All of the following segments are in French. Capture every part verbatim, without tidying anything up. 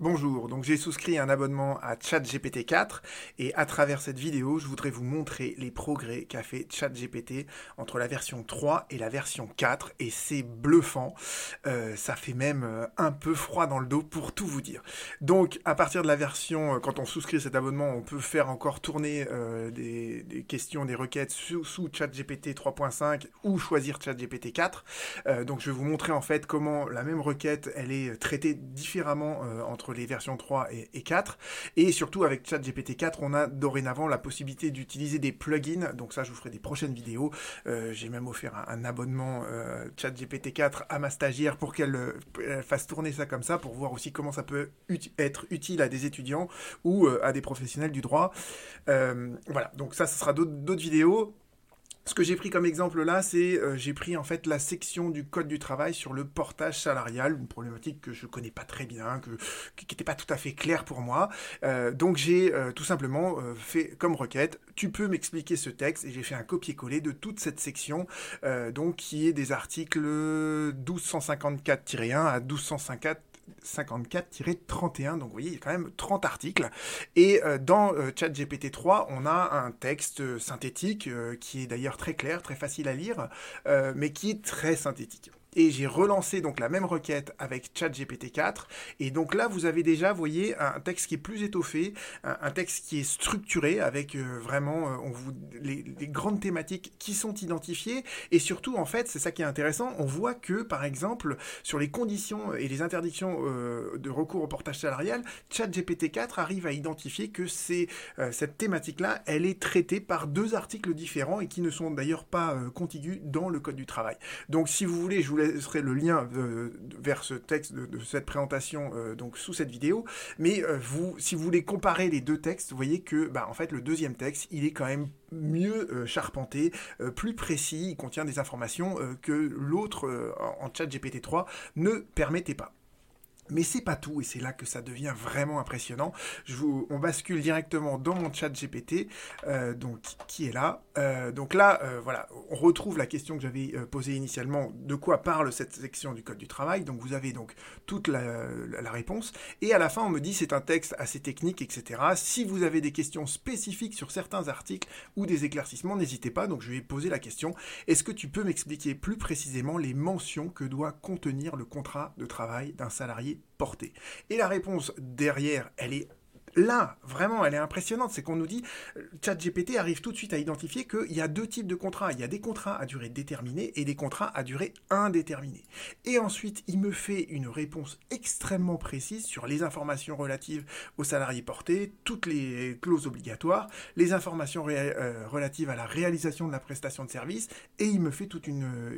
Bonjour, donc j'ai souscrit un abonnement à ChatGPT quatre et à travers cette vidéo, je voudrais vous montrer les progrès qu'a fait ChatGPT entre la version trois et la version quatre et c'est bluffant, euh, ça fait même euh, un peu froid dans le dos pour tout vous dire. Donc à partir de la version, euh, quand on souscrit cet abonnement, on peut faire encore tourner euh, des, des questions, des requêtes sous, sous ChatGPT trois point cinq ou choisir ChatGPT quatre. Euh, donc je vais vous montrer en fait comment la même requête, elle est traitée différemment euh, entre les versions trois et, et quatre, et surtout avec ChatGPT quatre, on a dorénavant la possibilité d'utiliser des plugins, donc ça je vous ferai des prochaines vidéos, euh, j'ai même offert un, un abonnement euh, ChatGPT quatre à ma stagiaire pour qu'elle euh, fasse tourner ça comme ça, pour voir aussi comment ça peut ut- être utile à des étudiants ou euh, à des professionnels du droit. Euh, voilà, donc ça, ce sera d'autres, d'autres vidéos. Ce que j'ai pris comme exemple là, c'est euh, j'ai pris en fait la section du code du travail sur le portage salarial, une problématique que je connais pas très bien, que, qui n'était pas tout à fait claire pour moi. Euh, donc j'ai euh, tout simplement euh, fait comme requête, tu peux m'expliquer ce texte, et j'ai fait un copier-coller de toute cette section, euh, donc qui est des articles douze cent cinquante-quatre tiret un à douze cent cinquante cinquante-quatre tiret trente et un, donc vous voyez, il y a quand même trente articles, et euh, dans euh, ChatGPT trois, on a un texte euh, synthétique, euh, qui est d'ailleurs très clair, très facile à lire, euh, mais qui est très synthétique. Et j'ai relancé donc la même requête avec ChatGPT quatre, et donc là vous avez déjà, vous voyez, un texte qui est plus étoffé, un, un texte qui est structuré, avec euh, vraiment euh, on vous, les, les grandes thématiques qui sont identifiées, et surtout en fait, c'est ça qui est intéressant, on voit que par exemple, sur les conditions et les interdictions euh, de recours au portage salarial, ChatGPT quatre arrive à identifier que c'est, euh, cette thématique-là, elle est traitée par deux articles différents, et qui ne sont d'ailleurs pas euh, contigus dans le Code du travail. Donc si vous voulez, je vous laisserai le lien euh, vers ce texte de, de cette présentation euh, donc sous cette vidéo, mais euh, vous, si vous voulez comparer les deux textes, vous voyez que bah, en fait le deuxième texte, il est quand même mieux euh, charpenté, euh, plus précis, il contient des informations euh, que l'autre euh, en ChatGPT trois ne permettait pas. Mais c'est pas tout, et c'est là que ça devient vraiment impressionnant. Je vous, on bascule directement dans mon chat G P T, euh, donc qui est là. Euh, donc là, euh, voilà, on retrouve la question que j'avais euh, posée initialement. De quoi parle cette section du code du travail? Donc vous avez donc toute la, la, la réponse, et à la fin on me dit c'est un texte assez technique, et cetera. Si vous avez des questions spécifiques sur certains articles ou des éclaircissements, n'hésitez pas. Donc je vais poser la question: est-ce que tu peux m'expliquer plus précisément les mentions que doit contenir le contrat de travail d'un salarié porté? Et la réponse derrière, elle est là, vraiment, elle est impressionnante. C'est qu'on nous dit, ChatGPT arrive tout de suite à identifier qu'il y a deux types de contrats. Il y a des contrats à durée déterminée et des contrats à durée indéterminée. Et ensuite, il me fait une réponse extrêmement précise sur les informations relatives aux salariés portés, toutes les clauses obligatoires, les informations ré- euh, relatives à la réalisation de la prestation de service, et il me fait toute une... Euh,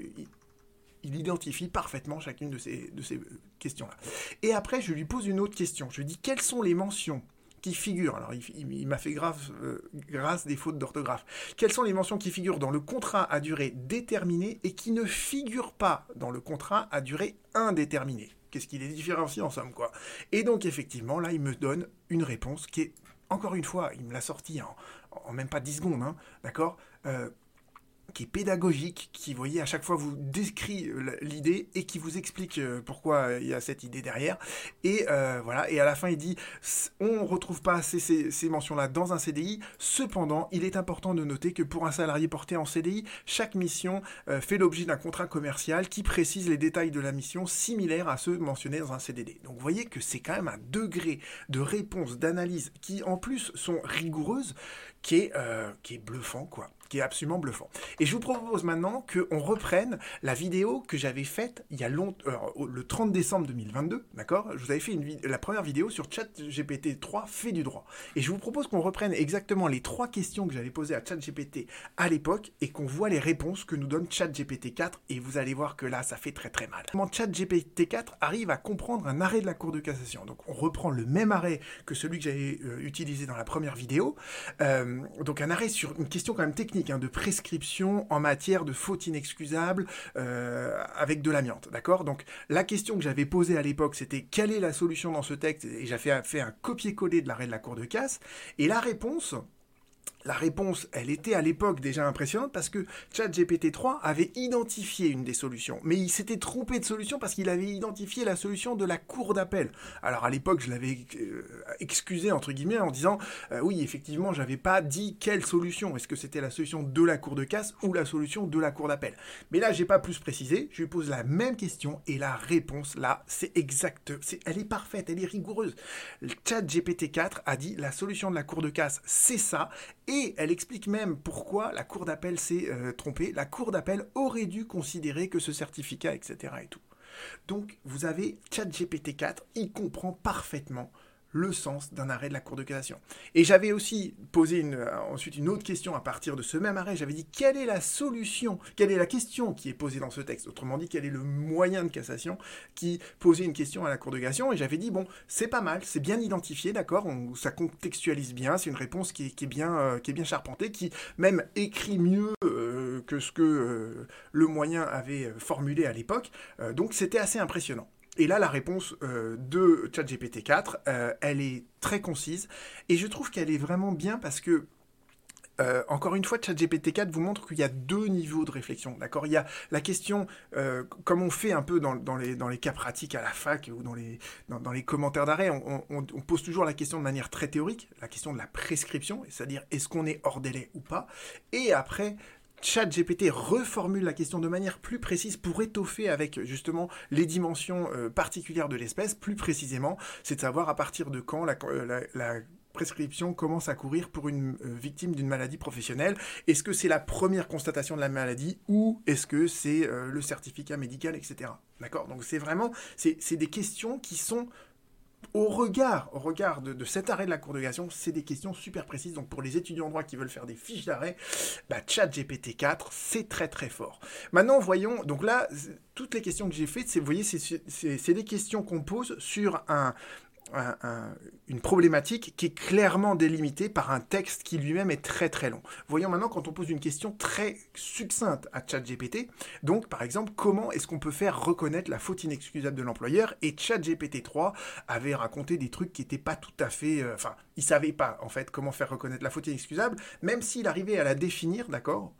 il identifie parfaitement chacune de ces, de ces questions-là. Et après, je lui pose une autre question. Je lui dis, quelles sont les mentions qui figurent, alors il, il, il m'a fait grave, euh, grâce des fautes d'orthographe, quelles sont les mentions qui figurent dans le contrat à durée déterminée et qui ne figurent pas dans le contrat à durée indéterminée? Qu'est-ce qui les différencie en somme, quoi? Et donc, effectivement, là, il me donne une réponse qui est, encore une fois, il me l'a sortie en, en même pas dix secondes, hein, d'accord euh, qui est pédagogique, qui, vous voyez, à chaque fois vous décrit l'idée et qui vous explique pourquoi il y a cette idée derrière. Et euh, voilà, et à la fin il dit, on ne retrouve pas ces, ces, ces mentions-là dans un C D I, cependant, il est important de noter que pour un salarié porté en C D I, chaque mission euh, fait l'objet d'un contrat commercial qui précise les détails de la mission similaires à ceux mentionnés dans un C D D. Donc vous voyez que c'est quand même un degré de réponse, d'analyse, qui en plus sont rigoureuses, qui est, euh, qui est bluffant, quoi. Qui est absolument bluffant. Et je vous propose maintenant qu'on reprenne la vidéo que j'avais faite il y a longtemps, euh, le trente décembre deux mille vingt-deux, d'accord? Je vous avais fait une vid- la première vidéo sur ChatGPT trois fait du droit. Et je vous propose qu'on reprenne exactement les trois questions que j'avais posées à ChatGPT à l'époque et qu'on voit les réponses que nous donne ChatGPT quatre, et vous allez voir que là, ça fait très très mal. Comment ChatGPT quatre arrive à comprendre un arrêt de la Cour de cassation? Donc on reprend le même arrêt que celui que j'avais euh, utilisé dans la première vidéo. Euh, donc un arrêt sur une question quand même technique, de prescription en matière de faute inexcusable euh, avec de l'amiante, d'accord? Donc la question que j'avais posée à l'époque, c'était quelle est la solution dans ce texte, et j'avais fait un copier-coller de l'arrêt de la Cour de casse, et la réponse, La réponse, elle était à l'époque déjà impressionnante parce que ChatGPT trois avait identifié une des solutions. Mais il s'était trompé de solution parce qu'il avait identifié la solution de la cour d'appel. Alors à l'époque, je l'avais euh, excusé entre guillemets en disant euh, oui, effectivement, j'avais pas dit quelle solution. Est-ce que c'était la solution de la cour de casse ou la solution de la cour d'appel? Mais là, j'ai pas plus précisé. Je lui pose la même question et la réponse là, c'est exact. C'est, elle est parfaite, elle est rigoureuse. ChatGPT quatre a dit la solution de la cour de casse, c'est ça. Et elle explique même pourquoi la cour d'appel s'est euh, trompée. La cour d'appel aurait dû considérer que ce certificat, et cetera et tout. Donc, vous avez ChatGPT quatre, il comprend parfaitement le sens d'un arrêt de la Cour de cassation. Et j'avais aussi posé une, euh, ensuite une autre question à partir de ce même arrêt. J'avais dit quelle est la solution, quelle est la question qui est posée dans ce texte. Autrement dit, quel est le moyen de cassation qui posait une question à la Cour de cassation. Et j'avais dit, bon, c'est pas mal, c'est bien identifié, d'accord, on, ça contextualise bien, c'est une réponse qui est, qui est, bien, euh, qui est bien charpentée, qui même écrit mieux euh, que ce que euh, le moyen avait formulé à l'époque. Euh, donc c'était assez impressionnant. Et là, la réponse euh, de ChatGPT quatre, euh, elle est très concise, et je trouve qu'elle est vraiment bien parce que, euh, encore une fois, ChatGPT quatre vous montre qu'il y a deux niveaux de réflexion, d'accord? Il y a la question, euh, comme on fait un peu dans, dans, les, dans les cas pratiques à la fac ou dans les, dans, dans les commentaires d'arrêt, on, on, on pose toujours la question de manière très théorique, la question de la prescription, c'est-à-dire est-ce qu'on est hors délai ou pas? Et après, ChatGPT reformule la question de manière plus précise pour étoffer avec justement les dimensions euh, particulières de l'espèce. Plus précisément, c'est de savoir à partir de quand la, la, la prescription commence à courir pour une euh, victime d'une maladie professionnelle. Est-ce que c'est la première constatation de la maladie ou est-ce que c'est euh, le certificat médical, et cetera. D'accord? Donc c'est vraiment, c'est, c'est des questions qui sont Au regard, au regard de, de cet arrêt de la Cour de cassation, c'est des questions super précises. Donc pour les étudiants en droit qui veulent faire des fiches d'arrêt, bah, ChatGPT quatre, c'est très très fort. Maintenant, voyons, donc là, toutes les questions que j'ai faites, c'est, vous voyez, c'est, c'est, c'est des questions qu'on pose sur un, un, un, une problématique qui est clairement délimitée par un texte qui lui-même est très très long. Voyons maintenant quand on pose une question très succincte à ChatGPT. Donc par exemple, comment est-ce qu'on peut faire reconnaître la faute inexcusable de l'employeur? Et ChatGPT trois avait raconté des trucs qui n'étaient pas tout à fait... Euh, enfin, il ne savait pas en fait comment faire reconnaître la faute inexcusable, même s'il arrivait à la définir, d'accord,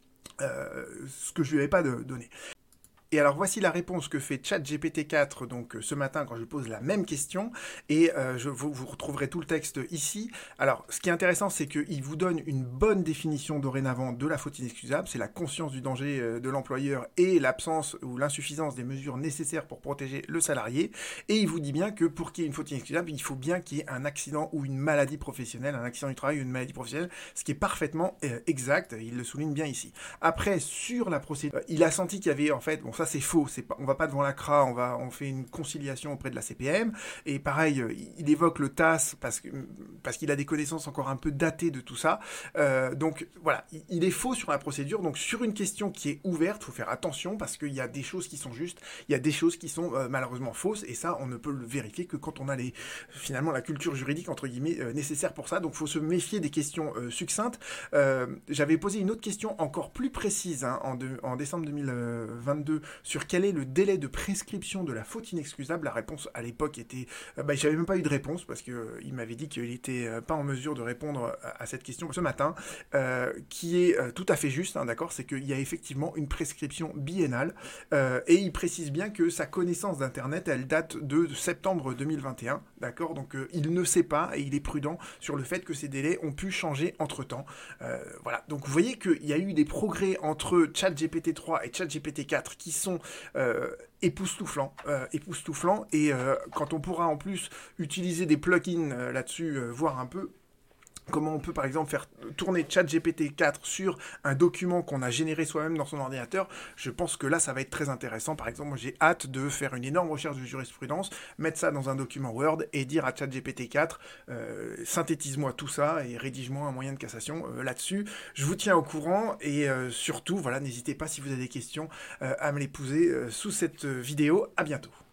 euh, ce que je lui avais pas de, donné. Et alors voici la réponse que fait ChatGPT quatre donc ce matin quand je pose la même question, et euh, je, vous, vous retrouverez tout le texte ici. Alors ce qui est intéressant, c'est qu'il vous donne une bonne définition dorénavant de la faute inexcusable, c'est la conscience du danger de l'employeur et l'absence ou l'insuffisance des mesures nécessaires pour protéger le salarié, et il vous dit bien que pour qu'il y ait une faute inexcusable, il faut bien qu'il y ait un accident ou une maladie professionnelle, un accident du travail ou une maladie professionnelle, ce qui est parfaitement euh, exact, il le souligne bien ici. Après, sur la procédure, il a senti qu'il y avait en fait, bon ça c'est faux, c'est pas, on va pas devant la C R A, on, va, on fait une conciliation auprès de la C P M, et pareil, il évoque le T A S parce, que, parce qu'il a des connaissances encore un peu datées de tout ça, euh, donc voilà, il, il est faux sur la procédure, donc sur une question qui est ouverte, il faut faire attention parce qu'il y a des choses qui sont justes, il y a des choses qui sont euh, malheureusement fausses, et ça on ne peut le vérifier que quand on a les, finalement la culture juridique entre guillemets euh, nécessaire pour ça, donc il faut se méfier des questions euh, succinctes. Euh, j'avais posé une autre question encore plus précise hein, en, de, en décembre deux mille vingt-deux sur quel est le délai de prescription de la faute inexcusable. La réponse à l'époque était... Euh, bah, j'avais même pas eu de réponse parce qu'il euh, m'avait dit qu'il n'était euh, pas en mesure de répondre à, à cette question ce matin, euh, qui est euh, tout à fait juste, hein, d'accord, c'est qu'il y a effectivement une prescription biennale, euh, et il précise bien que sa connaissance d'Internet, elle date de septembre deux mille vingt et un, d'accord, donc euh, il ne sait pas et il est prudent sur le fait que ces délais ont pu changer entre-temps. Euh, voilà, donc vous voyez qu'il y a eu des progrès entre ChatGPT trois et ChatGPT quatre qui sont Euh, époustouflant, euh, époustouflant, et euh, quand on pourra en plus utiliser des plugins euh, là-dessus, euh, voir un peu comment on peut par exemple faire tourner ChatGPT quatre sur un document qu'on a généré soi-même dans son ordinateur, je pense que là ça va être très intéressant. Par exemple, moi j'ai hâte de faire une énorme recherche de jurisprudence, mettre ça dans un document Word et dire à ChatGPT quatre euh, synthétise-moi tout ça et rédige-moi un moyen de cassation euh, là-dessus. Je vous tiens au courant, et euh, surtout voilà, n'hésitez pas si vous avez des questions euh, à me les poser euh, sous cette vidéo. À bientôt.